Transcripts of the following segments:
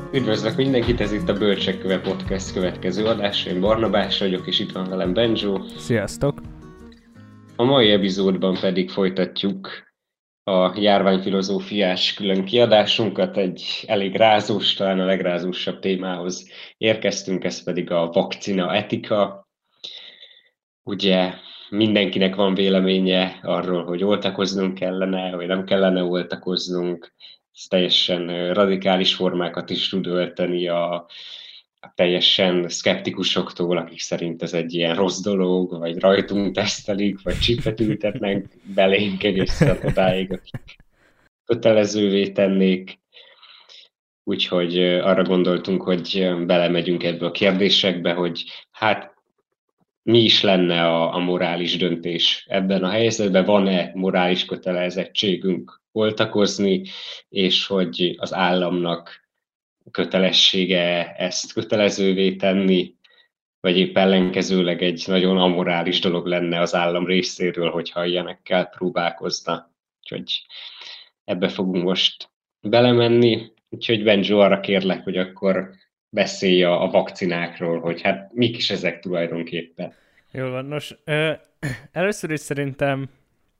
Üdvözlök mindenkit, ez itt a Bölcsekköve Podcast következő adás. Én Barnabás vagyok, és itt van velem Benjo. Sziasztok! A mai epizódban pedig folytatjuk a járványfilozófiás külön kiadásunkat. Egy elég rázós, talán a legrázósabb témához érkeztünk, ez pedig a vakcina etika. Ugye mindenkinek van véleménye arról, hogy oltakoznunk kellene, vagy nem kellene oltakoznunk. Ez teljesen radikális formákat is tud ölteni a teljesen szkeptikusoktól, akik szerint ez egy ilyen rossz dolog, vagy rajtunk tesztelik, vagy csipet ültetnek belénk egészen odáig, akik kötelezővé tennék. Úgyhogy arra gondoltunk, hogy belemegyünk ebbe a kérdésekbe, hogy hát mi is lenne a morális döntés ebben a helyzetben, van-e morális kötelezettségünk oltakozni, és hogy az államnak kötelessége ezt kötelezővé tenni, vagy épp ellenkezőleg egy nagyon amorális dolog lenne az állam részéről, hogyha ilyenekkel próbálkozna. Úgyhogy ebbe fogunk most belemenni. Úgyhogy Benjo, arra kérlek, hogy akkor beszélj a vakcinákról, hogy hát mik is ezek tulajdonképpen. Jól van, nos, először is szerintem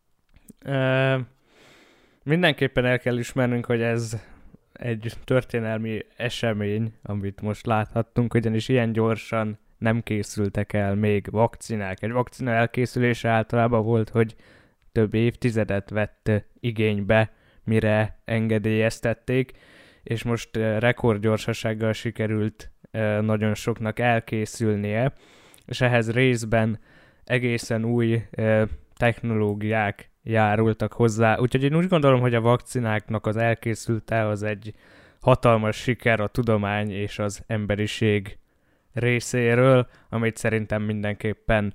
mindenképpen el kell ismernünk, hogy ez egy történelmi esemény, amit most láthattunk, ugyanis ilyen gyorsan nem készültek el még vakcinák. Egy vakcina elkészülése általában volt, hogy több évtizedet vett igénybe, mire engedélyeztették, és most rekordgyorsasággal sikerült nagyon soknak elkészülnie, és ehhez részben egészen új technológiák járultak hozzá. Úgyhogy én úgy gondolom, hogy a vakcináknak az elkészülte az egy hatalmas siker a tudomány és az emberiség részéről, amit szerintem mindenképpen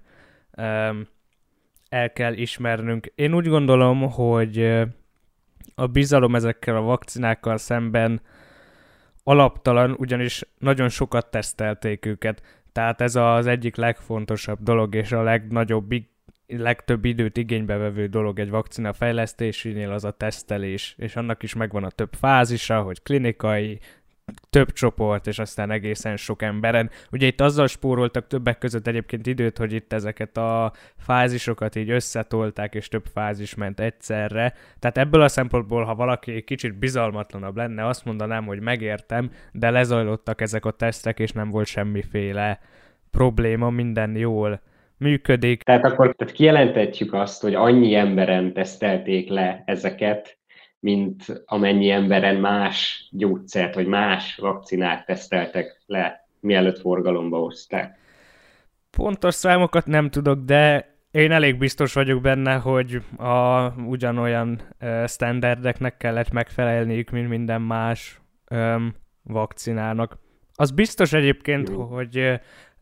el kell ismernünk. Én úgy gondolom, hogy a bizalom ezekkel a vakcinákkal szemben alaptalan, ugyanis nagyon sokat tesztelték őket. Tehát ez az egyik legfontosabb dolog, és a legtöbb időt igénybe vevő dolog egy vakcina fejlesztésénél az a tesztelés, és annak is megvan a több fázisa, hogy klinikai, több csoport, és aztán egészen sok emberen. Ugye itt azzal spóroltak többek között egyébként időt, hogy itt ezeket a fázisokat így összetolták, és több fázis ment egyszerre. Tehát ebből a szempontból, ha valaki kicsit bizalmatlanabb lenne, azt mondanám, hogy megértem, de lezajlottak ezek a tesztek, és nem volt semmiféle probléma, minden jól működik. Tehát akkor kijelentetjük azt, hogy annyi emberen tesztelték le ezeket, mint amennyi emberen más gyógyszert, vagy más vakcinát teszteltek le, mielőtt forgalomba hozták. Pontos számokat nem tudok, de én elég biztos vagyok benne, hogy ugyanolyan standardeknek kellett megfelelniük, mint minden más vakcinának. Az biztos egyébként, hogy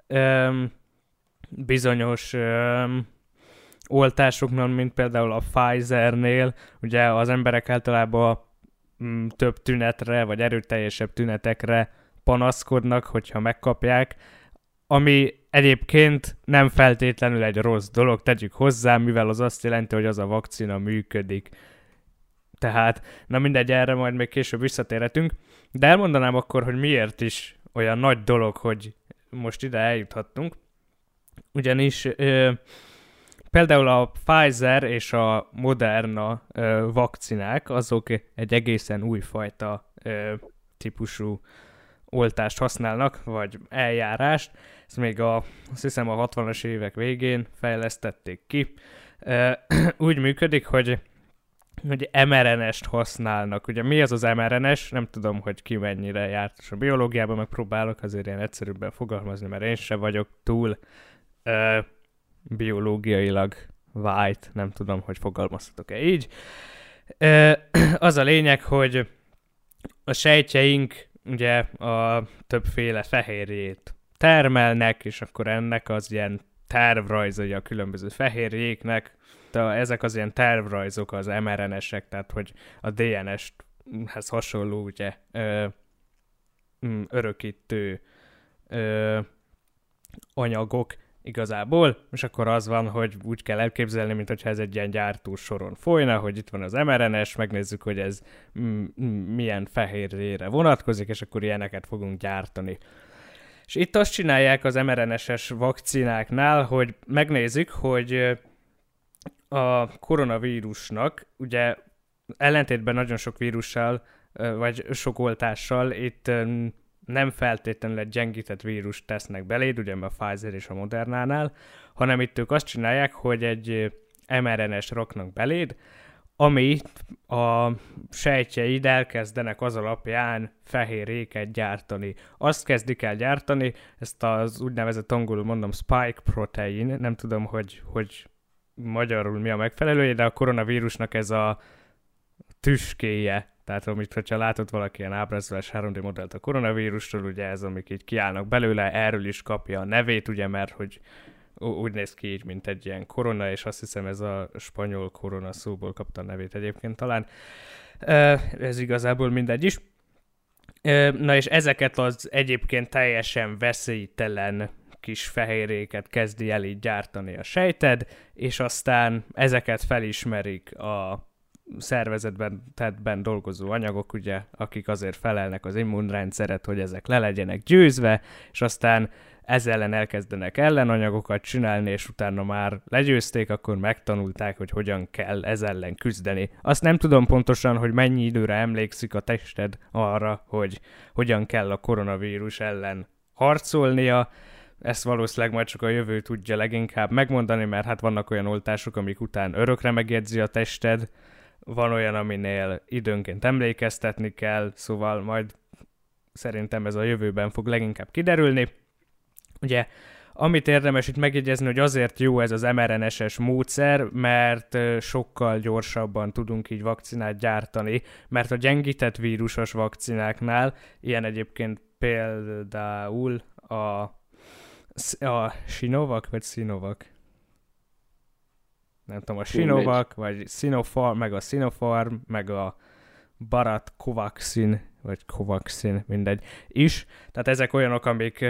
bizonyos oltásoknál, mint például a Pfizernél, ugye az emberek általában több tünetre, vagy erőteljesebb tünetekre panaszkodnak, hogyha megkapják, ami egyébként nem feltétlenül egy rossz dolog, tegyük hozzá, mivel az azt jelenti, hogy az a vakcina működik. Tehát, na mindegy, erre majd még később visszatérhetünk, de elmondanám akkor, hogy miért is olyan nagy dolog, hogy most ide eljuthattunk. Ugyanis például a Pfizer és a Moderna vakcinák, azok egy egészen újfajta típusú oltást használnak, vagy eljárást. Ezt még azt hiszem a 60-as évek végén fejlesztették ki. Úgy működik, hogy mRNS-t használnak. Ugye mi az mRNS? Nem tudom, hogy ki mennyire jártas a biológiában, megpróbálok azért ilyen egyszerűbben fogalmazni, mert én se vagyok túl biológiailag white, nem tudom, hogy fogalmazhatok-e így. Az a lényeg, hogy a sejtjeink ugye a többféle fehérjét termelnek, és akkor ennek az ilyen tervrajzai a különböző fehérjéknek. Ezek az ilyen tervrajzok az mRNS-ek, tehát hogy a DNS-hez hasonló ugye örökítő anyagok igazából, és akkor az van, hogy úgy kell elképzelni, mint hogyha ez egy ilyen gyártó soron folyna, hogy itt van az mRNS, megnézzük, hogy ez milyen fehérjére vonatkozik, és akkor ilyeneket fogunk gyártani. És itt azt csinálják az mRNS-es vakcináknál, hogy megnézik, hogy a koronavírusnak, ugye ellentétben nagyon sok vírussal, vagy sok oltással, itt nem feltétlenül egy gyengített vírust tesznek beléd, ugye a Pfizer és a Modernánál, hanem itt ők azt csinálják, hogy egy mRNS raknak beléd, ami a sejtjeid elkezdenek az alapján fehérjéket gyártani. Azt kezdik el gyártani, ezt az úgynevezett angolul mondom spike protein, nem tudom, hogy magyarul mi a megfelelője, de a koronavírusnak ez a tüskéje. Tehát amit, hogyha látott valaki ilyen ábrázolás 3D modellt a koronavírusról, ugye ez, amik így kiállnak belőle, erről is kapja a nevét, ugye, mert hogy úgy néz ki így, mint egy ilyen korona, és azt hiszem ez a spanyol korona szóból kapta a nevét egyébként talán. Ez igazából mindegy is. Na és ezeket az egyébként teljesen veszélytelen kis fehérjéket kezdi el így gyártani a sejted, és aztán ezeket felismerik a szervezetben dolgozó anyagok, ugye, akik azért felelnek az immunrendszeret, hogy ezek le legyenek győzve, és aztán ezzel ellen elkezdenek ellenanyagokat csinálni, és utána már legyőzték, akkor megtanulták, hogy hogyan kell ez ellen küzdeni. Azt nem tudom pontosan, hogy mennyi időre emlékszik a tested arra, hogy hogyan kell a koronavírus ellen harcolnia. Ezt valószínűleg majd csak a jövő tudja leginkább megmondani, mert hát vannak olyan oltások, amik után örökre megjegyzi a tested, van olyan, aminél időnként emlékeztetni kell, szóval majd szerintem ez a jövőben fog leginkább kiderülni. Ugye, amit érdemes itt megjegyezni, hogy azért jó ez az mRNS-es módszer, mert sokkal gyorsabban tudunk így vakcinát gyártani, mert a gyengített vírusos vakcináknál, ilyen egyébként például a Sinovac, vagy Sinovac? Nem tudom, a Sinovac, vagy Sinopharm, meg a Sinopharm, meg a Bharat Covaxin, vagy Covaxin, mindegy, is. Tehát ezek olyanok, amik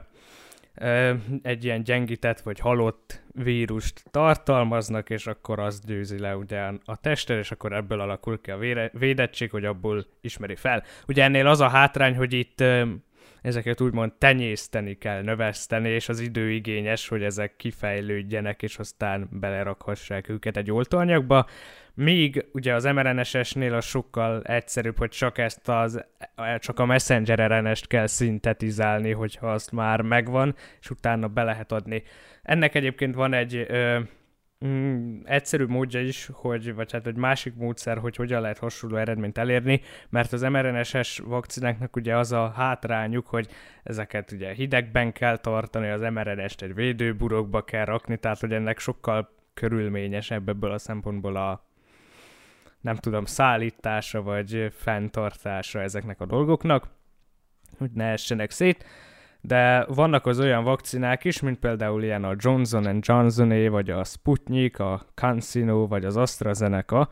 egy ilyen gyengített vagy halott vírust tartalmaznak, és akkor az győzi le ugye a testet, és akkor ebből alakul ki a védettség, hogy abból ismeri fel. Ugye ennél az a hátrány, hogy itt ezeket úgymond tenyészteni kell, növeszteni, és az időigényes, hogy ezek kifejlődjenek, és aztán belerakhassák őket egy oltóanyagba. Míg ugye az mRNS-esnél az sokkal egyszerűbb, hogy csak a messenger RNS-t kell szintetizálni, hogyha azt már megvan, és utána be lehet adni. Ennek egyébként van egy egyszerű módja is, vagy hát egy másik módszer, hogy hogyan lehet hasonló eredményt elérni, mert az mRNS-es vakcináknak ugye az a hátrányuk, hogy ezeket ugye hidegben kell tartani, az mRNS-t egy védőburokba kell rakni, tehát hogy ennek sokkal körülményesebb ebből a szempontból a nem tudom, szállítása vagy fenntartása ezeknek a dolgoknak, hogy ne essenek szét, de vannak az olyan vakcinák is, mint például ilyen a Johnson & Johnson-é, vagy a Sputnik, a CanSino, vagy az AstraZeneca,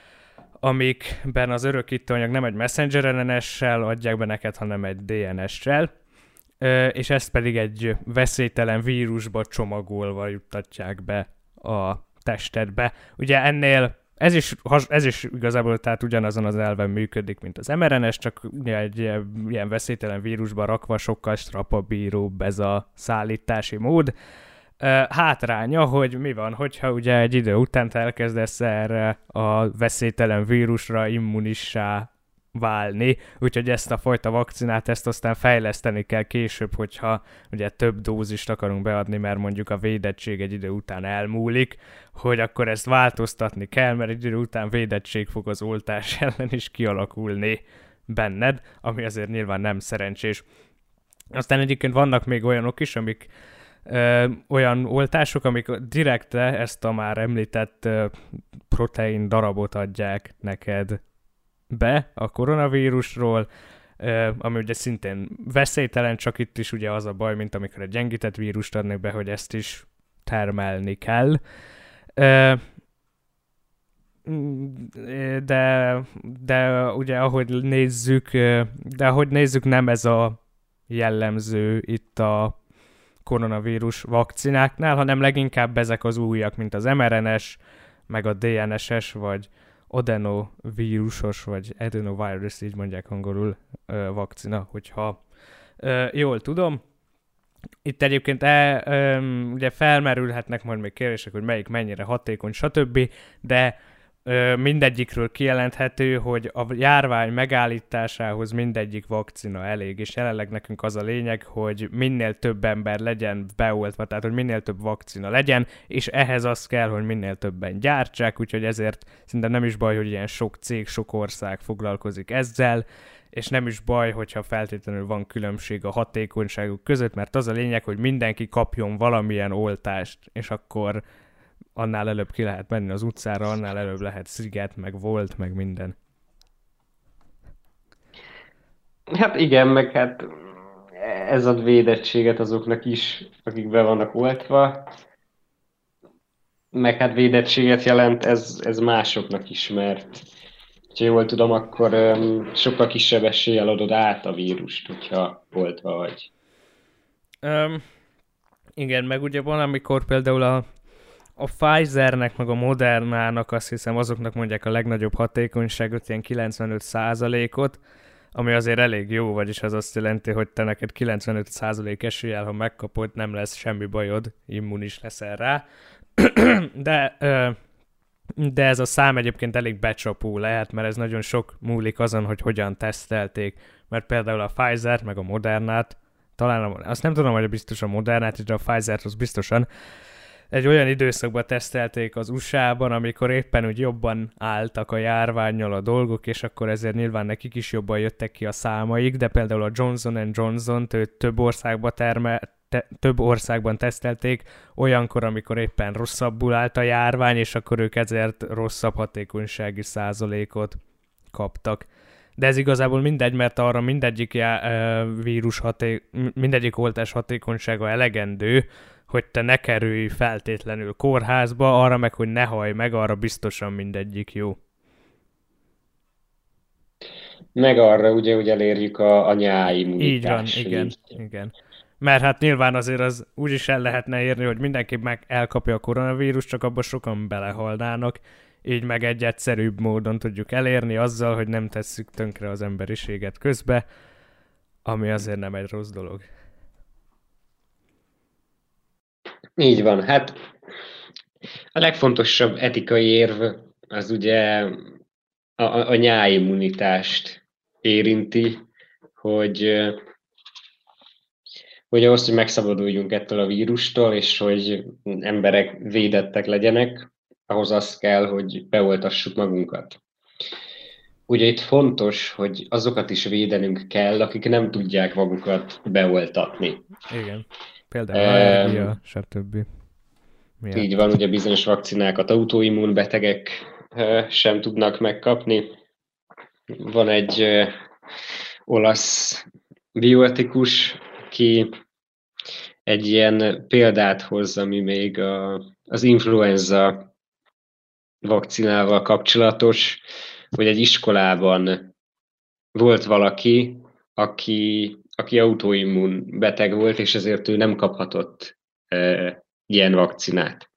amikben az örökítőanyag nem egy messenger RNS-sel adják be neked, hanem egy DNS-sel, és ezt pedig egy veszélytelen vírusba csomagolva juttatják be a testedbe. Ugye ennél ez is igazából tehát ugyanazon az elven működik, mint az mRNS, csak egy ilyen veszélytelen vírusba rakva sokkal strapabíróbb ez a szállítási mód. Hátránya, hogy mi van, hogyha ugye egy idő után te elkezdesz erre a veszélytelen vírusra immunissá válni, úgyhogy ezt a fajta vakcinát, ezt aztán fejleszteni kell később, hogyha ugye több dózist akarunk beadni, mert mondjuk a védettség egy idő után elmúlik, hogy akkor ezt változtatni kell, mert egy idő után védettség fog az oltás ellen is kialakulni benned, ami azért nyilván nem szerencsés. Aztán egyébként vannak még olyanok is, amik olyan oltások, amik direkte ezt a már említett protein darabot adják neked be a koronavírusról, ami ugye szintén veszélytelen, csak itt is ugye az a baj, mint amikor egy gyengített vírust adnak be, hogy ezt is termelni kell. De ugye ahogy nézzük, nem ez a jellemző itt a koronavírus vakcináknál, hanem leginkább ezek az újak, mint az mRNS, meg a DNS-es, vagy adenovírusos, vagy adenovirus, így mondják angolul, vakcina, hogyha jól tudom. Itt egyébként ugye felmerülhetnek majd még kérdések, hogy melyik mennyire hatékony, stb., de mindegyikről kijelenthető, hogy a járvány megállításához mindegyik vakcina elég, és jelenleg nekünk az a lényeg, hogy minél több ember legyen beoltva, tehát hogy minél több vakcina legyen, és ehhez az kell, hogy minél többen gyártsák, úgyhogy ezért szinte nem is baj, hogy ilyen sok cég, sok ország foglalkozik ezzel, és nem is baj, hogyha feltétlenül van különbség a hatékonyságuk között, mert az a lényeg, hogy mindenki kapjon valamilyen oltást, és akkor annál előbb ki lehet menni az utcára, annál előbb lehet sziget, meg volt, meg minden. Hát igen, meg hát ez ad védettséget azoknak is, akik be vannak oltva, meg hát védettséget jelent ez másoknak is, mert ha jól tudom, akkor sokkal kisebb eséllyel adod át a vírust, hogyha oltva vagy. Igen, meg ugye van, amikor például a Pfizernek, meg a Modernának, azt hiszem, azoknak mondják a legnagyobb hatékonyságot, ilyen 95%-ot, ami azért elég jó, vagyis az azt jelenti, hogy te neked 95% eséllyel, ha megkapod, nem lesz semmi bajod, immunis leszel rá. De ez a szám egyébként elég becsapó lehet, mert ez nagyon sok múlik azon, hogy hogyan tesztelték. Mert például a Pfizer, meg a Modernát, talán azt nem tudom, hogy biztos a Modernát, de a Pfizert az biztosan, egy olyan időszakban tesztelték az USA-ban, amikor éppen úgy jobban álltak a járvánnyal a dolgok, és akkor ezért nyilván nekik is jobban jöttek ki a számaik, de például a Johnson & Johnson-t több országban tesztelték, olyankor, amikor éppen rosszabbul állt a járvány, és akkor ők ezért rosszabb hatékonysági százalékot kaptak. De ez igazából mindegy, mert arra mindegyik oltás hatékonysága elegendő, hogy te ne kerülj feltétlenül kórházba, arra meg, hogy ne hallj meg, arra biztosan mindegyik jó. Meg arra ugye, hogy elérjük a nyáimmunitást. Így van, igen. Mert hát nyilván azért az úgy is el lehetne érni, hogy mindenki meg elkapja a koronavírus, csak abban sokan belehalnának, így meg egy egyszerűbb módon tudjuk elérni azzal, hogy nem tesszük tönkre az emberiséget közbe, ami azért nem egy rossz dolog. Így van, hát a legfontosabb etikai érv az ugye a nyáimmunitást érinti, hogy ahhoz, hogy megszabaduljunk ettől a vírustól, és hogy emberek védettek legyenek, ahhoz az kell, hogy beoltassuk magunkat. Ugye itt fontos, hogy azokat is védenünk kell, akik nem tudják magukat beoltatni. Igen, például allergia, stb. Miért? Így van, ugye bizonyos vakcinákat autoimmun betegek sem tudnak megkapni. Van egy olasz bioetikus, ki egy ilyen példát hoz, ami még az influenza vakcinával kapcsolatos, hogy egy iskolában volt valaki, aki autoimmun beteg volt, és ezért ő nem kaphatott ilyen vakcinát.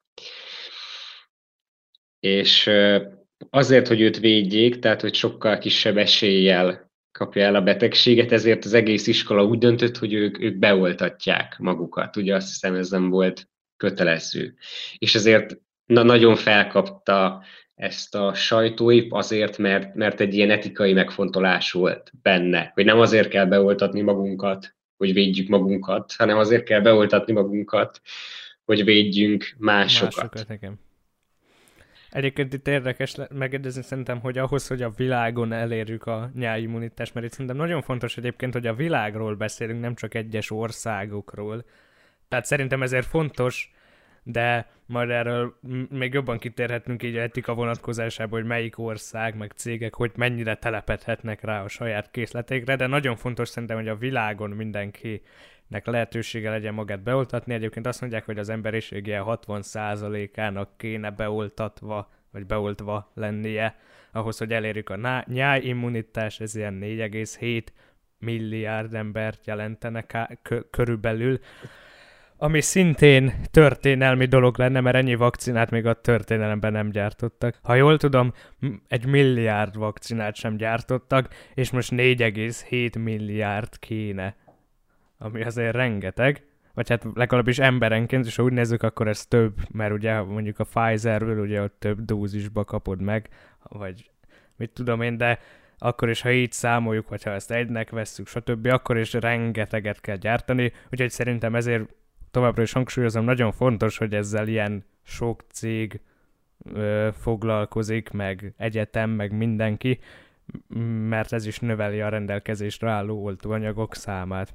És azért, hogy őt védjék, tehát hogy sokkal kisebb eséllyel kapja el a betegséget, ezért az egész iskola úgy döntött, hogy ők beoltatják magukat. Ugye azt hiszem, ez nem volt kötelező. És ezért nagyon felkapta ezt a sajtóip azért, mert egy ilyen etikai megfontolás volt benne, hogy nem azért kell beoltatni magunkat, hogy védjük magunkat, hanem azért kell beoltatni magunkat, hogy védjünk másokat. Nekem. Egyébként itt érdekes megegyezni szerintem, hogy ahhoz, hogy a világon elérjük a nyáimmunitást, mert itt szerintem nagyon fontos egyébként, hogy a világról beszélünk, nem csak egyes országokról. Tehát szerintem ezért fontos, de majd erről még jobban kitérhetünk így a etika vonatkozásában, hogy melyik ország, meg cégek, hogy mennyire telepedhetnek rá a saját készletékre, de nagyon fontos szerintem, hogy a világon mindenkinek lehetősége legyen magát beoltatni. Egyébként azt mondják, hogy az emberiség ilyen 60%-ának kéne beoltva lennie, ahhoz, hogy elérjük a nyájimmunitás, ez ilyen 4,7 milliárd embert jelentene körülbelül. Ami szintén történelmi dolog lenne, mert ennyi vakcinát még a történelemben nem gyártottak. Ha jól tudom, 1 milliárd vakcinát sem gyártottak, és most 4,7 milliárd kéne, ami azért rengeteg. Vagy hát legalábbis emberenként, és ha úgy nézzük, akkor ez több, mert ugye mondjuk a Pfizerből ugye ott több dózisba kapod meg, vagy mit tudom én, de akkor is, ha így számoljuk, vagy ha ezt egynek vesszük, stb., akkor is rengeteget kell gyártani, úgyhogy szerintem ezért továbbra is hangsúlyozom, nagyon fontos, hogy ezzel ilyen sok cég foglalkozik, meg egyetem, meg mindenki, mert ez is növeli a rendelkezésre álló oltóanyagok számát.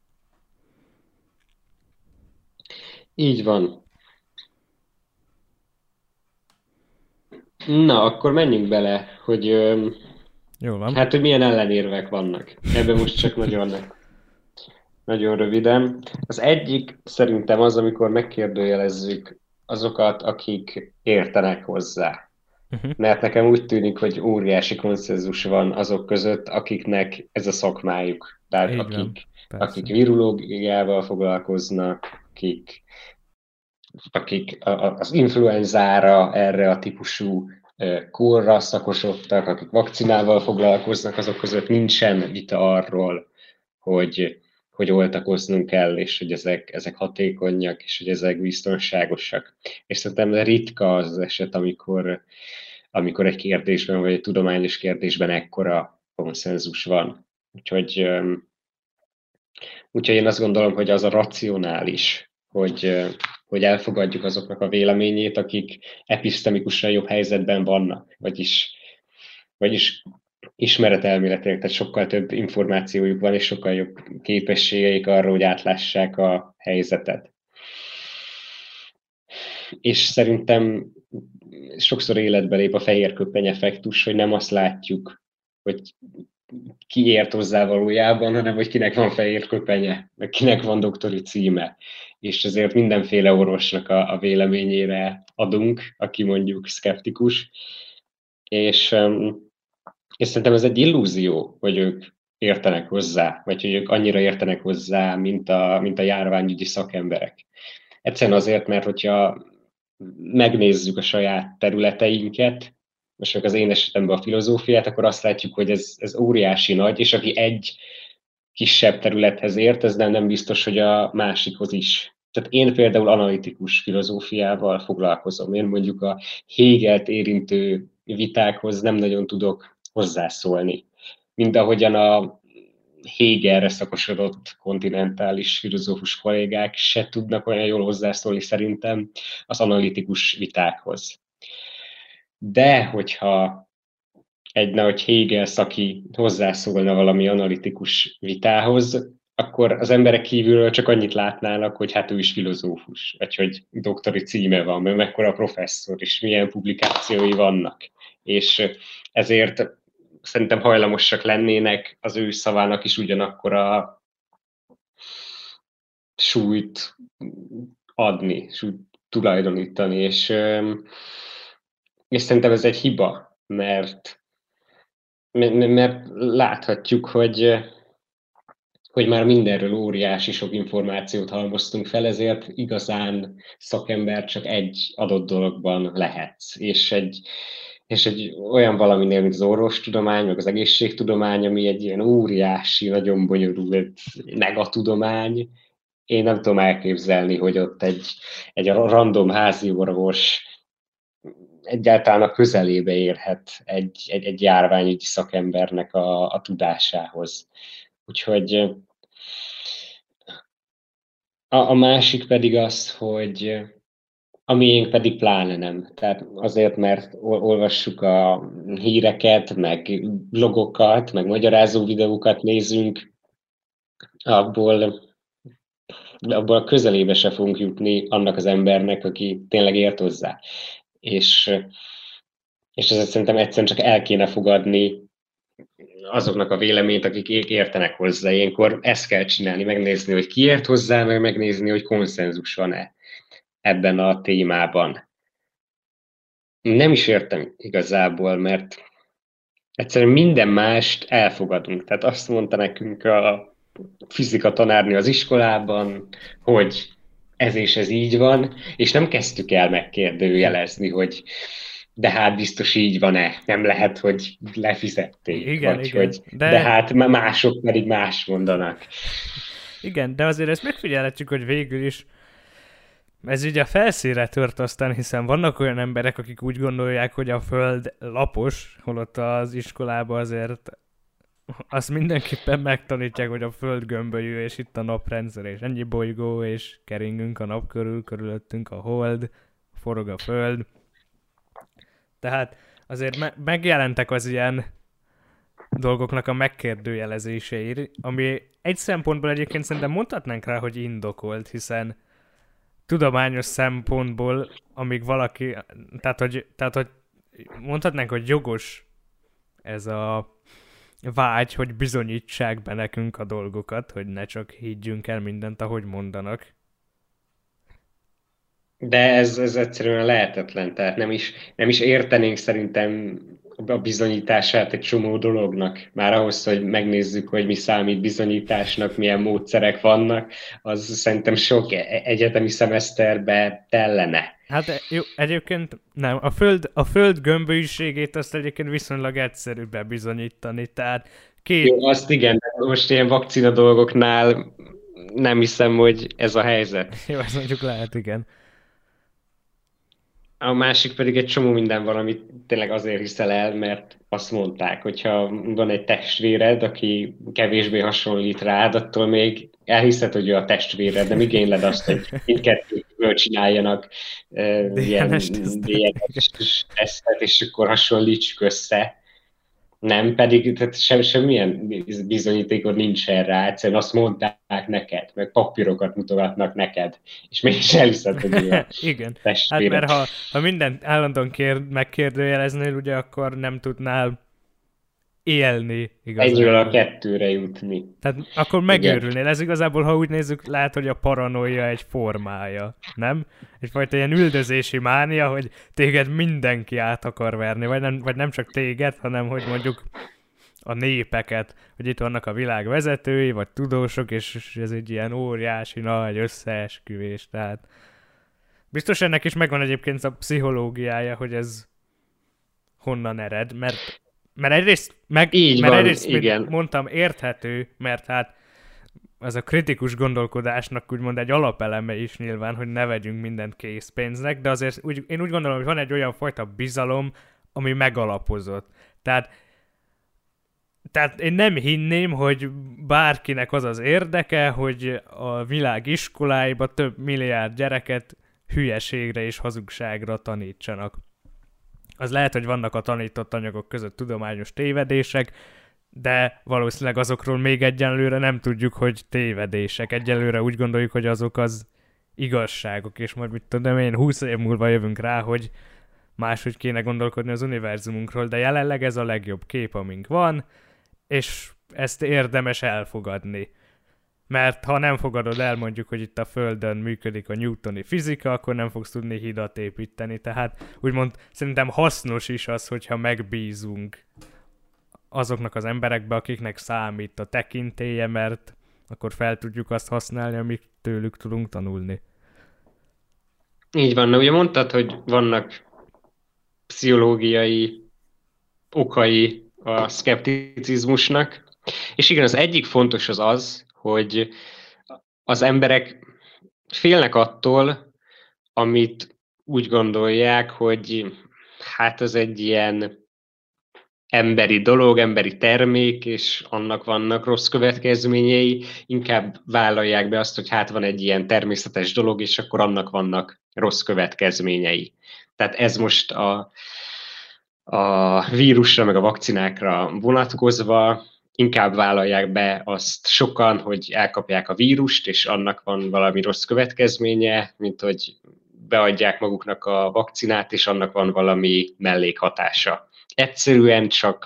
Így van. Na, akkor menjünk bele, hogy Jól van. hát, hogy milyen ellenérvek vannak. Ebben most csak nagyon röviden. Az egyik szerintem az, amikor megkérdőjelezzük azokat, akik értenek hozzá. Mert nekem úgy tűnik, hogy óriási konszenzus van azok között, akiknek ez a szakmájuk. Tehát Így van, akik persze. virológiával foglalkoznak, akik az influenzára, erre a típusú kórra szakosodtak, akik vakcinával foglalkoznak, azok között nincsen vita arról, hogy oltakoznunk kell, és hogy ezek hatékonyak, és hogy ezek biztonságosak. És szerintem ritka az eset, amikor egy kérdésben, vagy egy tudományos kérdésben ekkora konszenzus van. Úgyhogy én azt gondolom, hogy az a racionális, hogy elfogadjuk azoknak a véleményét, akik episztemikusan jobb helyzetben vannak, vagyis ismeretelméletileg, tehát sokkal több információjuk van, és sokkal jobb képességeik arra, hogy átlássák a helyzetet. És szerintem sokszor életbe lép a fehér köpeny effektus, hogy nem azt látjuk, hogy ki ért hozzá valójában, hanem hogy kinek van fehér köpenye, meg kinek van doktori címe. És ezért mindenféle orvosnak a véleményére adunk, aki mondjuk szkeptikus. És szerintem ez egy illúzió, hogy ők értenek hozzá, vagy hogy ők annyira értenek hozzá, mint a járványügyi szakemberek. Egyszerűen azért, mert hogyha megnézzük a saját területeinket, most az én esetemben a filozófiát, akkor azt látjuk, hogy ez óriási nagy, és aki egy kisebb területhez ért, ez nem biztos, hogy a másikhoz is. Tehát én például analitikus filozófiával foglalkozom. Én mondjuk a Hegelt érintő vitákhoz nem nagyon tudok hozzászólni. Mint ahogyan a Hegelre szakosodott kontinentális filozófus kollégák se tudnak olyan jól hozzászólni szerintem az analitikus vitákhoz. De hogyha egy nagy Hegel szaki hozzászólna valami analitikus vitához, akkor az emberek kívülről csak annyit látnának, hogy hát ő is filozófus, vagy hogy doktori címe van, mert mekkora professzor, és milyen publikációi vannak. És ezért szerintem hajlamosak lennének az ő szavának is ugyanakkor a súlyt adni, súlyt tulajdonítani, és szerintem ez egy hiba, mert láthatjuk, hogy már mindenről óriási sok információt halmoztunk fel, ezért igazán szakember csak egy adott dologban lehetsz. És egy olyan valaminél, mint az orvostudomány, meg az egészségtudomány, ami egy ilyen óriási, nagyon bonyolult megatudomány, én nem tudom elképzelni, hogy ott egy random házi orvos egyáltalán a közelébe érhet egy járványügyi szakembernek a tudásához. Úgyhogy a másik pedig az, hogy a miénk pedig pláne nem. Tehát azért, mert olvassuk a híreket, meg blogokat, meg magyarázó videókat nézünk, abból a közelébe se fogunk jutni annak az embernek, aki tényleg ért hozzá. És ezért szerintem egyszerűen csak el kéne fogadni azoknak a véleményt, akik értenek hozzá. Ilyenkor ezt kell csinálni, megnézni, hogy ki ért hozzá, meg megnézni, hogy konszenzus van-e ebben a témában. Nem is értem igazából, mert egyszerűen minden mást elfogadunk. Tehát azt mondta nekünk a fizika tanárnő az iskolában, hogy ez és ez így van, és nem kezdtük el megkérdőjelezni, hogy de hát biztos így van-e, nem lehet, hogy lefizették, Igen, vagy igen, hogy de de hát mások pedig más mondanak. igen, de azért ezt megfigyelhetjük, hogy végül is ez így a felszínre tört aztán, hiszen vannak olyan emberek, akik úgy gondolják, hogy a Föld lapos, holott az iskolában azért azt mindenképpen megtanítják, hogy a Föld gömbölyű, és itt a naprendszer, és ennyi bolygó, és keringünk a nap körül, körülöttünk a hold, forog a Föld. Tehát azért megjelentek az ilyen dolgoknak a megkérdőjelezései, ami egy szempontból egyébként szerintem mondhatnánk rá, hogy indokolt, hiszen tudományos szempontból, amíg valaki, tehát hogy mondhatnánk, hogy jogos ez a vágy, hogy bizonyítsák be nekünk a dolgokat, hogy ne csak higgyünk el mindent, ahogy mondanak. De ez egyszerűen lehetetlen, tehát nem is értenénk szerintem a bizonyítását egy csomó dolognak. Már ahhoz, hogy megnézzük, hogy mi számít bizonyításnak, milyen módszerek vannak, az szerintem sok egyetemi szemeszterbe tellene. Hát jó, egyébként nem. A föld gömbölyűségét azt egyébként viszonylag egyszerű bebizonyítani, tehát két... Jó, azt igen, de most ilyen vakcina dolgoknál nem hiszem, hogy ez a helyzet. Jó, ez mondjuk lehet, igen. A másik pedig egy csomó minden van, amit tényleg azért hiszel el, mert azt mondták, hogyha van egy testvéred, aki kevésbé hasonlít rád, attól még elhiszed, hogy ő a testvéred, nem igényled azt, hogy mindkettőből csináljanak ilyen DNS DNS tesztet, és akkor hasonlítsuk össze. Nem, pedig tehát semmilyen bizonyítékod nincsen rá, egyszerűen azt mondták neked, meg papírokat mutogatnak neked, és mégis elhiszed, hogy ő a Igen. Hát testvére. mert ha mindent állandóan megkérdőjeleznél, ugye akkor nem tudnál élni Egyről a igazán. kettőre jutni. Tehát akkor Igen. megőrülnél. Ez igazából, ha úgy nézzük, lehet, hogy a paranoia egy formája, nem? Egyfajta ilyen üldözési mánia, hogy téged mindenki át akar verni, vagy nem csak téged, hanem hogy mondjuk a népeket, hogy itt vannak a világ vezetői, vagy tudósok, és ez egy ilyen óriási nagy összeesküvés, tehát biztos ennek is megvan egyébként a pszichológiája, hogy ez honnan ered, mert egyrészt, Így mert van, egyrészt, mint igen. mondtam, érthető, mert hát ez a kritikus gondolkodásnak úgymond egy alapeleme is nyilván, hogy ne vegyünk mindent készpénznek, de azért én úgy gondolom, hogy van egy olyan fajta bizalom, ami megalapozott. Tehát én nem hinném, hogy bárkinek az az érdeke, hogy a világ iskoláiba több milliárd gyereket hülyeségre és hazugságra tanítsanak. Az lehet, hogy vannak a tanított anyagok között tudományos tévedések, de valószínűleg azokról még egyenlőre nem tudjuk, hogy tévedések. Egyelőre úgy gondoljuk, hogy azok az igazságok, és majd mit tudom én, 20 év múlva jövünk rá, hogy máshogy kéne gondolkodni az univerzumunkról, de jelenleg ez a legjobb kép, amink van, és ezt érdemes elfogadni. Mert ha nem fogadod el mondjuk, hogy itt a Földön működik a newtoni fizika, akkor nem fogsz tudni hidat építeni. Tehát úgymond szerintem hasznos is az, hogyha megbízunk azoknak az emberekbe, akiknek számít a tekintélye, mert akkor fel tudjuk azt használni, amit tőlük tudunk tanulni. Így van. Na, ugye mondtad, hogy vannak pszichológiai okai a szkepticizmusnak, és igen, az egyik fontos az, hogy az emberek félnek attól, amit úgy gondolják, hogy hát ez egy ilyen emberi dolog, emberi termék, és annak vannak rossz következményei, inkább vállalják be azt, hogy hát van egy ilyen természetes dolog, és akkor annak vannak rossz következményei. Tehát ez most a vírusra, meg a vakcinákra vonatkozva inkább vállalják be azt sokan, hogy elkapják a vírust, és annak van valami rossz következménye, mint hogy beadják maguknak a vakcinát, és annak van valami mellékhatása. Egyszerűen csak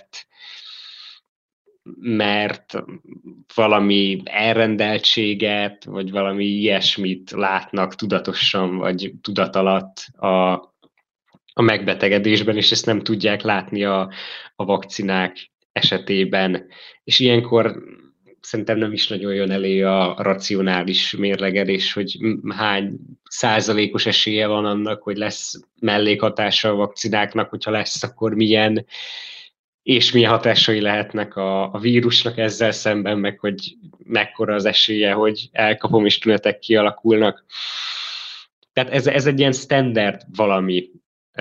mert valami elrendeltséget, vagy valami ilyesmit látnak tudatosan, vagy tudatalatt a megbetegedésben, és ezt nem tudják látni a vakcinák esetében. És ilyenkor szerintem nem is nagyon jön elő a racionális mérlegelés, hogy hány százalékos esélye van annak, hogy lesz mellékhatása a vakcináknak, hogyha lesz, akkor milyen, és milyen hatásai lehetnek a vírusnak ezzel szemben, meg hogy mekkora az esélye, hogy elkapom és tünetek kialakulnak. Tehát ez egy ilyen standard valami,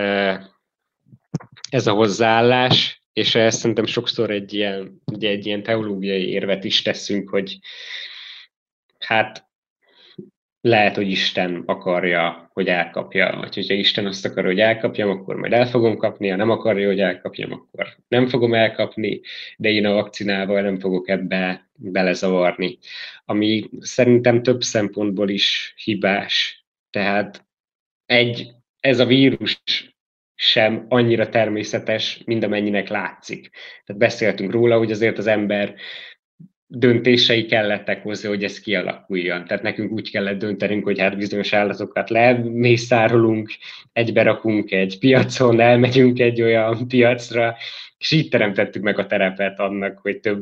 ez a hozzáállás, és ezt szerintem sokszor egy ilyen teológiai érvet is teszünk, hogy hát lehet, hogy Isten akarja, hogy elkapja, vagy hogyha Isten azt akarja, hogy elkapjam, akkor majd el fogom kapni, ha nem akarja, hogy elkapjam, akkor nem fogom elkapni, de én a vakcinával nem fogok ebbe belezavarni. Ami szerintem több szempontból is hibás. Tehát ez a vírus sem annyira természetes, mint amennyinek látszik. Tehát beszéltünk róla, hogy azért az ember döntései kellettek hozzá, hogy ez kialakuljon. Tehát nekünk úgy kellett döntenünk, hogy hát bizonyos állatokat lemészárolunk, egybe rakunk egy piacon, elmegyünk egy olyan piacra, és így teremtettük meg a terepet annak, hogy több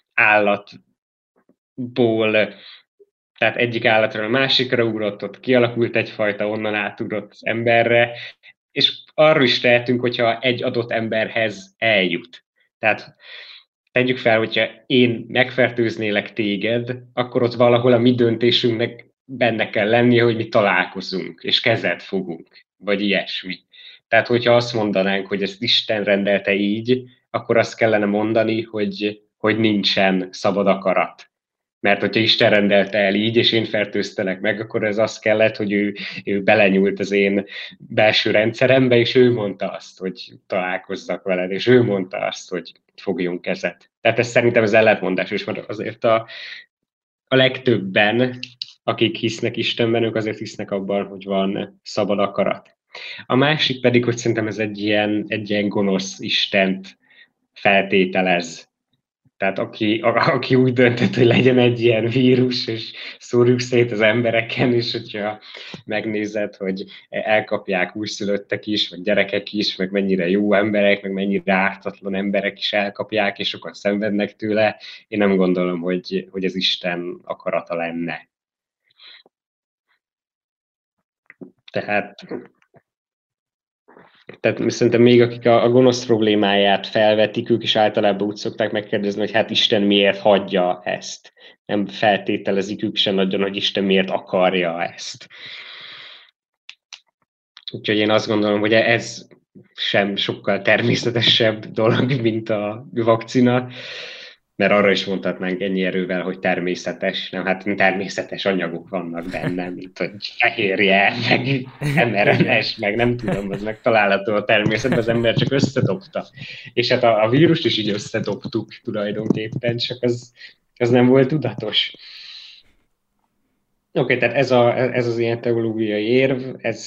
állatból, tehát egyik állatra a másikra ugrott, ott kialakult egyfajta, onnan átugrott az emberre, és arról is tehetünk, hogyha egy adott emberhez eljut. Tehát tegyük fel, hogyha én megfertőznélek téged, akkor ott valahol a mi döntésünknek benne kell lennie, hogy mi találkozunk, és kezet fogunk, vagy ilyesmi. Tehát, hogyha azt mondanánk, hogy ezt Isten rendelte így, akkor azt kellene mondani, hogy nincsen szabad akarat. Mert hogyha Isten rendelte el így, és én fertőztelek meg, akkor ez azt kellett, hogy ő belenyúlt az én belső rendszerembe, és ő mondta azt, hogy találkozzak veled, és ő mondta azt, hogy fogjunk kezet. Tehát ez szerintem az ellentmondásos, mert azért a legtöbben, akik hisznek Istenben, ők azért hisznek abban, hogy van szabad akarat. A másik pedig, hogy szerintem ez egy ilyen gonosz Istent feltételez. Tehát aki úgy döntött, hogy legyen egy ilyen vírus, és szórjuk szét az embereken, és hogyha megnézed, hogy elkapják újszülöttek is, meg gyerekek is, meg mennyire jó emberek, meg mennyire ártatlan emberek is elkapják, és sokat szenvednek tőle, én nem gondolom, hogy ez Isten akarata lenne. Tehát szerintem még akik a gonosz problémáját felvetik, ők is általában úgy szokták megkérdezni, hogy hát Isten miért hagyja ezt. Nem feltételezik ők sem nagyon, hogy Isten miért akarja ezt. Úgyhogy én azt gondolom, hogy ez sem sokkal természetesebb dolog, mint a vakcina, mert arra is mondhatnánk ennyi erővel, hogy természetes, nem, hát természetes anyagok vannak benne, mint hogy fehérje, meg mRNA-s, meg nem tudom, az megtalálható a természetben, az ember csak összedobta. És hát a vírust is így összedobtuk tulajdonképpen, csak az nem volt tudatos. Oké, tehát ez az ilyen teológiai érv,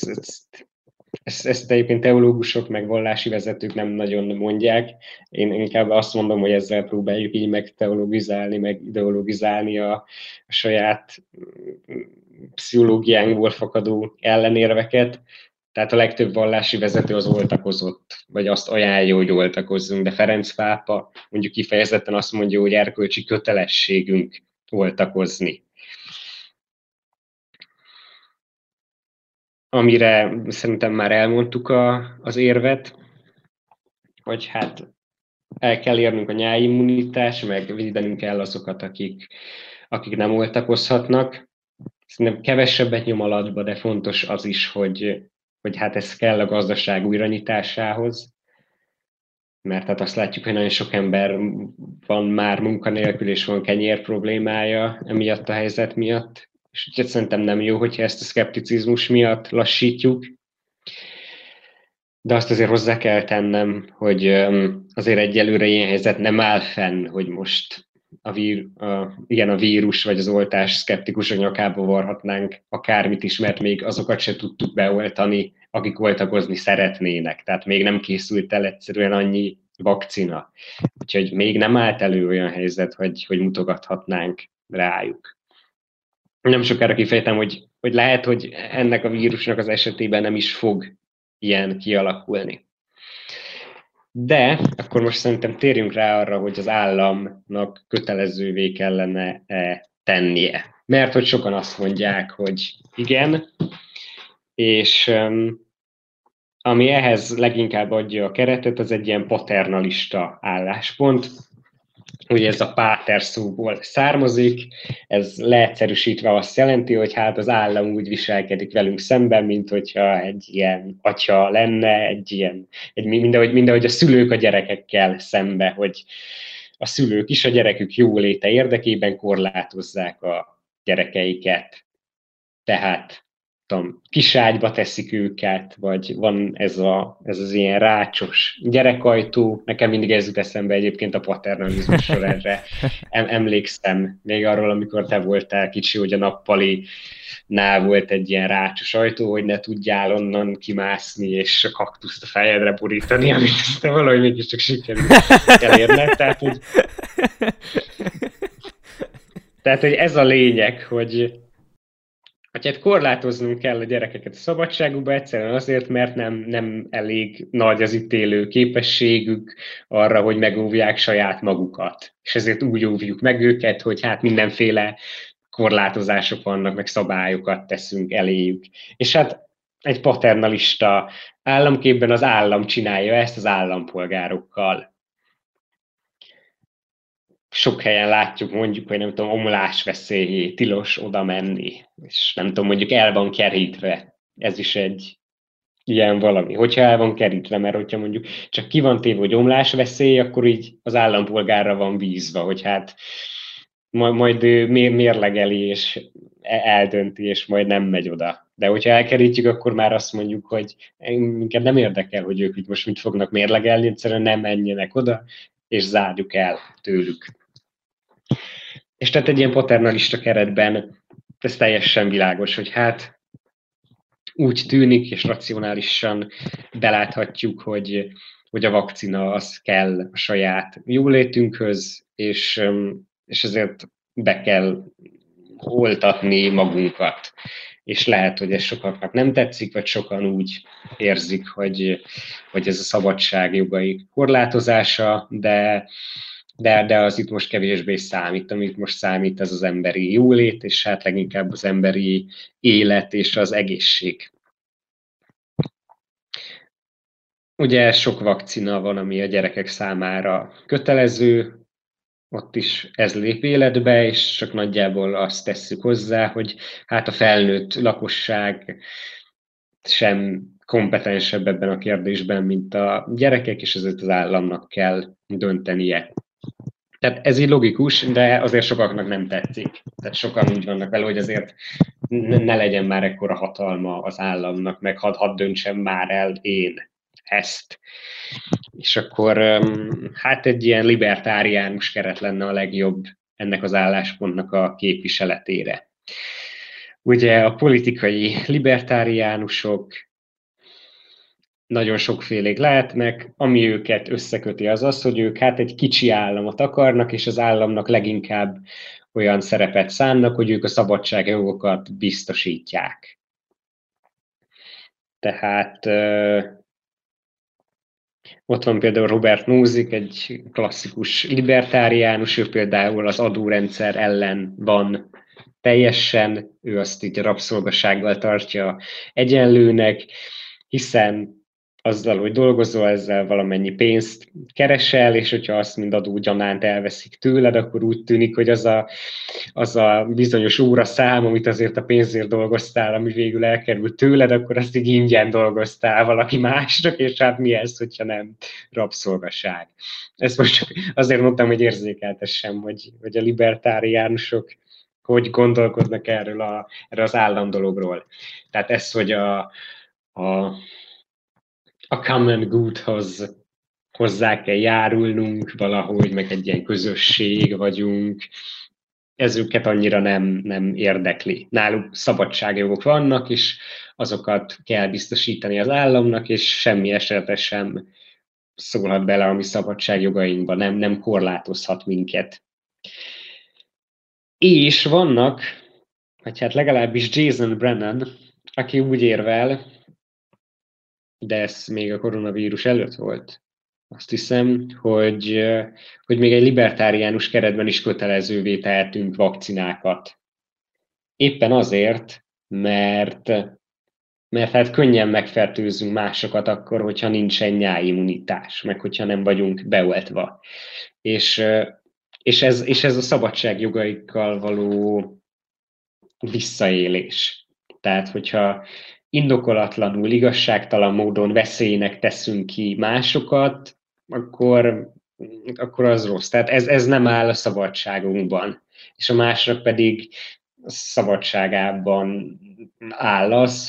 ezt egyébként teológusok meg vallási vezetők nem nagyon mondják. Én inkább azt mondom, hogy ezzel próbáljuk így meg teologizálni, meg ideologizálni a saját pszichológiánkból fakadó ellenérveket. Tehát a legtöbb vallási vezető az oltakozott, vagy azt ajánlja, hogy oltakozzunk, de Ferenc pápa mondjuk kifejezetten azt mondja, hogy erkölcsi kötelességünk oltakozni. Amire szerintem már elmondtuk az érvet, hogy hát el kell érnünk a nyáimmunitás, meg védenünk kell azokat, akik nem oltakozhatnak. Szerintem kevesebbet nyom alatba, de fontos az is, hogy hát ez kell a gazdaság újranyitásához, mert hát azt látjuk, hogy nagyon sok ember van már munkanélkül, és van kenyér problémája emiatt a helyzet miatt. És úgyhogy szerintem nem jó, hogyha ezt a szkepticizmus miatt lassítjuk. De azt azért hozzá kell tennem, hogy azért egyelőre ilyen helyzet nem áll fenn, hogy most a vírus vagy az oltás szkeptikus nyakába varhatnánk akármit is, mert még azokat se tudtuk beoltani, akik oltakozni szeretnének. Tehát még nem készült el egyszerűen annyi vakcina. Úgyhogy még nem állt elő olyan helyzet, hogy mutogathatnánk rájuk. Nem sokára kifejtem, hogy lehet, hogy ennek a vírusnak az esetében nem is fog ilyen kialakulni. De akkor most szerintem térjünk rá arra, hogy az államnak kötelezővé kellene tennie. Mert hogy sokan azt mondják, hogy igen, és ami ehhez leginkább adja a keretet, az egy ilyen paternalista álláspont, hogy ez a páter szóból származik, ez leegyszerűsítve azt jelenti, hogy hát az állam úgy viselkedik velünk szemben, mint hogyha egy ilyen atya lenne, mindahogy a szülők a gyerekekkel szembe, hogy a szülők is a gyerekük jóléte érdekében korlátozzák a gyerekeiket. Tehát kiságyba teszik őket, vagy van ez az ilyen rácsos gyerekajtó. Nekem mindig ez jut eszembe egyébként a paternalizmusról erre. Emlékszem még arról, amikor te voltál kicsi, hogy a nappalinál volt egy ilyen rácsos ajtó, hogy ne tudjál onnan kimászni, és a kaktuszt a fejedre borítani, amit aztán valahogy mégiscsak sikerült elérned. Tehát, hogy ez a lényeg, hogy hát korlátoznunk kell a gyerekeket a szabadságukba, egyszerűen azért, mert nem elég nagy az ítélő képességük arra, hogy megóvják saját magukat. És ezért úgy óvjuk meg őket, hogy hát mindenféle korlátozások vannak, meg szabályokat teszünk eléjük. És hát egy paternalista államképben az állam csinálja ezt az állampolgárokkal. Sok helyen látjuk mondjuk, hogy nem tudom, omlásveszélyé, tilos oda menni, és nem tudom, mondjuk el van kerítve. Ez is egy ilyen valami. Hogyha el van kerítve, mert hogyha mondjuk csak ki van téve, hogy omlásveszély, akkor így az állampolgárra van bízva, hogy hát majd ő mérlegeli, és eldönti, és majd nem megy oda. De hogyha elkerítjük, akkor már azt mondjuk, hogy minket nem érdekel, hogy ők itt most mit fognak mérlegelni, egyszerűen nem menjenek oda, és zárjuk el tőlük. És tehát egy ilyen paternalista keretben ez teljesen világos, hogy hát úgy tűnik, és racionálisan beláthatjuk, hogy a vakcina az kell a saját jólétünkhöz, és ezért be kell oltatni magunkat. És lehet, hogy ez sokaknak nem tetszik, vagy sokan úgy érzik, hogy ez a szabadság jogai korlátozása, de az itt most kevésbé számít. Amit most számít, ez az emberi jólét, és hát leginkább az emberi élet és az egészség. Ugye sok vakcina van, ami a gyerekek számára kötelező, ott is ez lép életbe, és csak nagyjából azt tesszük hozzá, hogy hát a felnőtt lakosság sem kompetensebb ebben a kérdésben, mint a gyerekek, és ezért az államnak kell döntenie. Tehát ez így logikus, de azért sokaknak nem tetszik. Tehát sokan úgy vannak vele, hogy azért ne legyen már ekkora hatalma az államnak, meg hadd döntsem már el én ezt. És akkor hát egy ilyen libertáriánus keret lenne a legjobb ennek az álláspontnak a képviseletére. Ugye a politikai libertáriánusok nagyon sokfélék lehetnek, ami őket összeköti az, hogy ők hát egy kicsi államot akarnak, és az államnak leginkább olyan szerepet szánnak, hogy ők a szabadságjogokat biztosítják. Tehát ott van például Robert Nozick, egy klasszikus libertáriánus, ő például az adórendszer ellen van teljesen, ő azt így a rabszolgasággal tartja egyenlőnek, hiszen azzal, hogy dolgozol, ezzel valamennyi pénzt keresel, és hogyha azt mind adógyanánt elveszik tőled, akkor úgy tűnik, hogy az a bizonyos óraszám, amit azért a pénzért dolgoztál, ami végül elkerült tőled, akkor azt így ingyen dolgoztál valaki másnak, és hát mi ez, hogyha nem rabszolgaság. Ezt most csak azért mondtam, hogy érzékeltessem, hogy a libertáriánusok hogy gondolkodnak erről az államdologról. Tehát ez, hogy a common goodhoz hozzá kell járulnunk valahogy, meg egy ilyen közösség vagyunk, ez őket annyira nem érdekli. Náluk szabadságjogok vannak, és azokat kell biztosítani az államnak, és semmi esetre sem szólhat bele a mi szabadságjogainkba, nem korlátozhat minket. És vannak, vagy hát legalábbis Jason Brennan, aki úgy érvel, de ez még a koronavírus előtt volt, azt hiszem, hogy még egy libertáriánus keretben is kötelezővé tehetünk vakcinákat. Éppen azért, mert hát könnyen megfertőzünk másokat akkor, hogyha nincsen nyáimmunitás, meg hogyha nem vagyunk beoltva. És, és ez a szabadságjogaikkal való visszaélés. Tehát, hogyha indokolatlanul, igazságtalan módon veszélynek teszünk ki másokat, akkor az rossz. Tehát ez nem áll a szabadságunkban. És a másnak pedig a szabadságában áll az,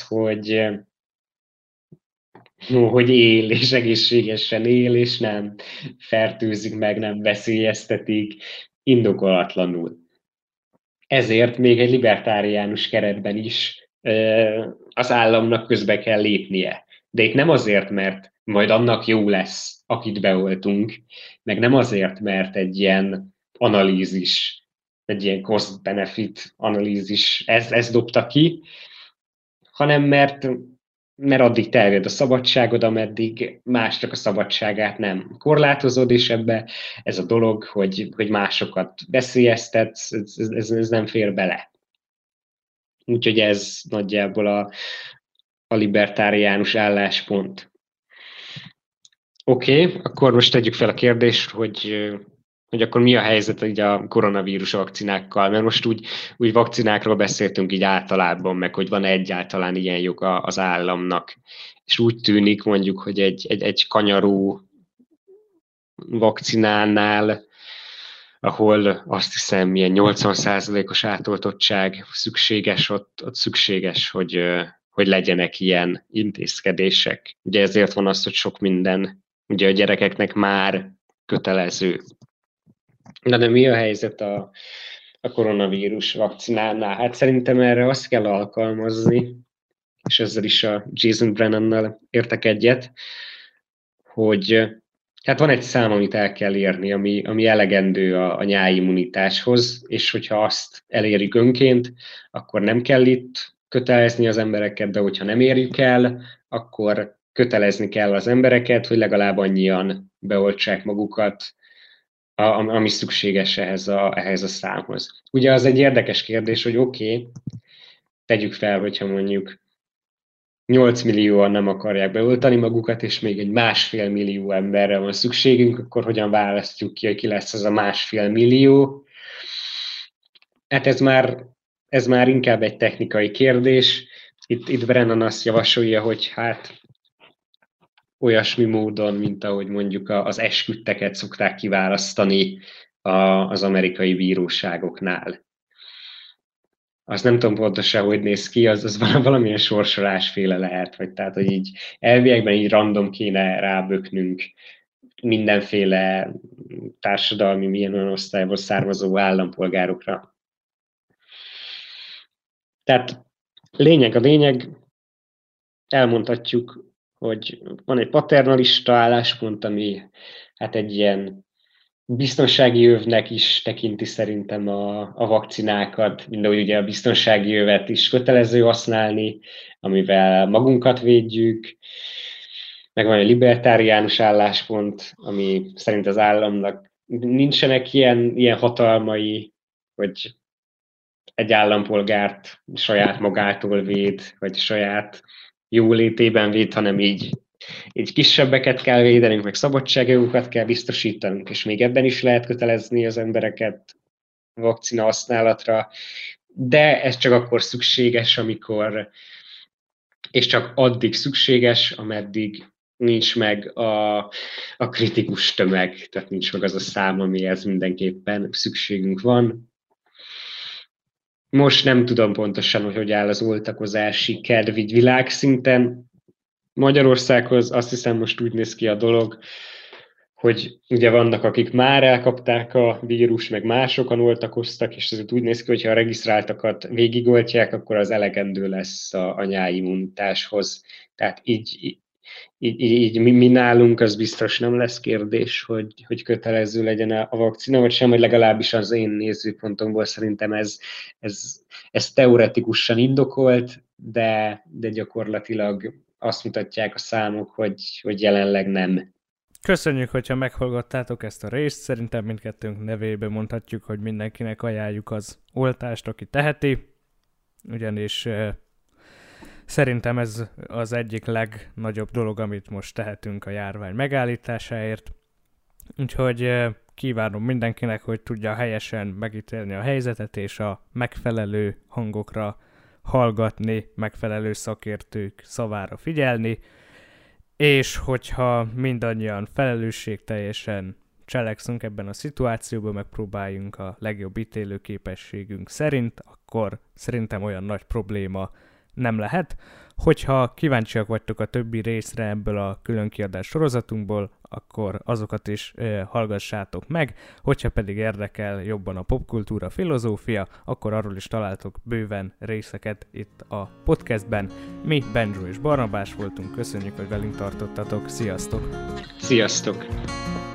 hogy él, és egészségesen él, és nem fertőzik meg, nem veszélyeztetik indokolatlanul. Ezért még egy libertáriánus keretben is az államnak közbe kell lépnie. De itt nem azért, mert majd annak jó lesz, akit beoltunk, meg nem azért, mert egy ilyen analízis, egy ilyen cost-benefit analízis ezt dobta ki, hanem mert addig terjed a szabadságod, ameddig másnak a szabadságát nem korlátozod, és ebbe ez a dolog, hogy másokat veszélyeztetsz, ez nem fér bele. Úgyhogy ez nagyjából a libertáriánus álláspont. Oké, akkor most tegyük fel a kérdést, hogy akkor mi a helyzet így a koronavírus vakcinákkal, mert most úgy vakcinákról beszéltünk így általában, meg hogy van egyáltalán ilyen joga az államnak. És úgy tűnik mondjuk, hogy egy kanyarú vakcinánál, ahol azt hiszem milyen 80%-os átoltottság szükséges, ott szükséges, hogy legyenek ilyen intézkedések. Ugye ezért van az, hogy sok minden ugye a gyerekeknek már kötelező. De mi a helyzet a koronavírus vakcinánál? Hát szerintem erre azt kell alkalmazni, és ezzel is a Jason Brennannal értek egyet, hogy hát van egy szám, amit el kell érni, ami elegendő a nyáimmunitáshoz, és hogyha azt elérjük önként, akkor nem kell itt kötelezni az embereket, de hogyha nem érjük el, akkor kötelezni kell az embereket, hogy legalább annyian beoltsák magukat, ami szükséges ehhez a számhoz. Ugye az egy érdekes kérdés, hogy oké, tegyük fel, hogyha mondjuk 8 millióan nem akarják beoltani magukat, és még egy 1,5 millió emberre van szükségünk, akkor hogyan választjuk ki, hogy ki lesz az a 1,5 millió? Hát ez már inkább egy technikai kérdés. Itt Brennan azt javasolja, hogy hát olyasmi módon, mint ahogy mondjuk az esküdteket szokták kiválasztani az amerikai bíróságoknál. Azt nem tudom pontosan, hogy néz ki, az valamilyen sorsolásféle lehet, vagy tehát, hogy így elviekben így random kéne ráböknünk mindenféle társadalmi, milyen olyan osztályból származó állampolgárokra. Tehát a lényeg, elmondhatjuk, hogy van egy paternalista álláspont, ami hát egy ilyen biztonsági övnek is tekinti szerintem a vakcinákat, mindahogy ugye a biztonsági övet is kötelező használni, amivel magunkat védjük, meg van egy libertáriánus álláspont, ami szerint az államnak nincsenek ilyen hatalmai, hogy egy állampolgárt saját magától véd, vagy saját jólétében véd, hanem így kisebbeket kell védenünk, meg szabadságjogokat kell biztosítanunk, és még ebben is lehet kötelezni az embereket vakcina használatra, de ez csak akkor szükséges, és csak addig szükséges, ameddig nincs meg a kritikus tömeg, tehát nincs meg az a szám, amihez mindenképpen szükségünk van. Most nem tudom pontosan, hogy áll az oltakozási kedv így világszinten. Magyarországhoz azt hiszem most úgy néz ki a dolog, hogy ugye vannak, akik már elkapták a vírus, meg másokan oltakoztak, és ez úgy néz ki, hogy ha a regisztráltakat végigoltják, akkor az elegendő lesz a nyáimmunitáshoz. Tehát így mi nálunk az biztos nem lesz kérdés, hogy kötelező legyen a vakcina, vagy sem, hogy legalábbis az én nézőpontomból szerintem ez teoretikusan indokolt, de gyakorlatilag azt mutatják a számok, hogy jelenleg nem. Köszönjük, hogyha meghallgattátok ezt a részt. Szerintem mindkettőnk nevében mondhatjuk, hogy mindenkinek ajánljuk az oltást, aki teheti. Ugyanis szerintem ez az egyik legnagyobb dolog, amit most tehetünk a járvány megállításáért. Úgyhogy kívánom mindenkinek, hogy tudja helyesen megítélni a helyzetet, és a megfelelő hangokra hallgatni, megfelelő szakértők szavára figyelni, és hogyha mindannyian felelősségteljesen cselekszünk ebben a szituációban, megpróbáljunk a legjobb ítélőképességünk szerint, akkor szerintem olyan nagy probléma nem lehet. Hogyha kíváncsiak vagytok a többi részre ebből a különkiadás sorozatunkból, akkor azokat is hallgassátok meg, hogyha pedig érdekel jobban a popkultúra, filozófia, akkor arról is találtok bőven részeket itt a podcastben. Mi Benjo és Barnabás voltunk, köszönjük, hogy velünk tartottatok, sziasztok! Sziasztok!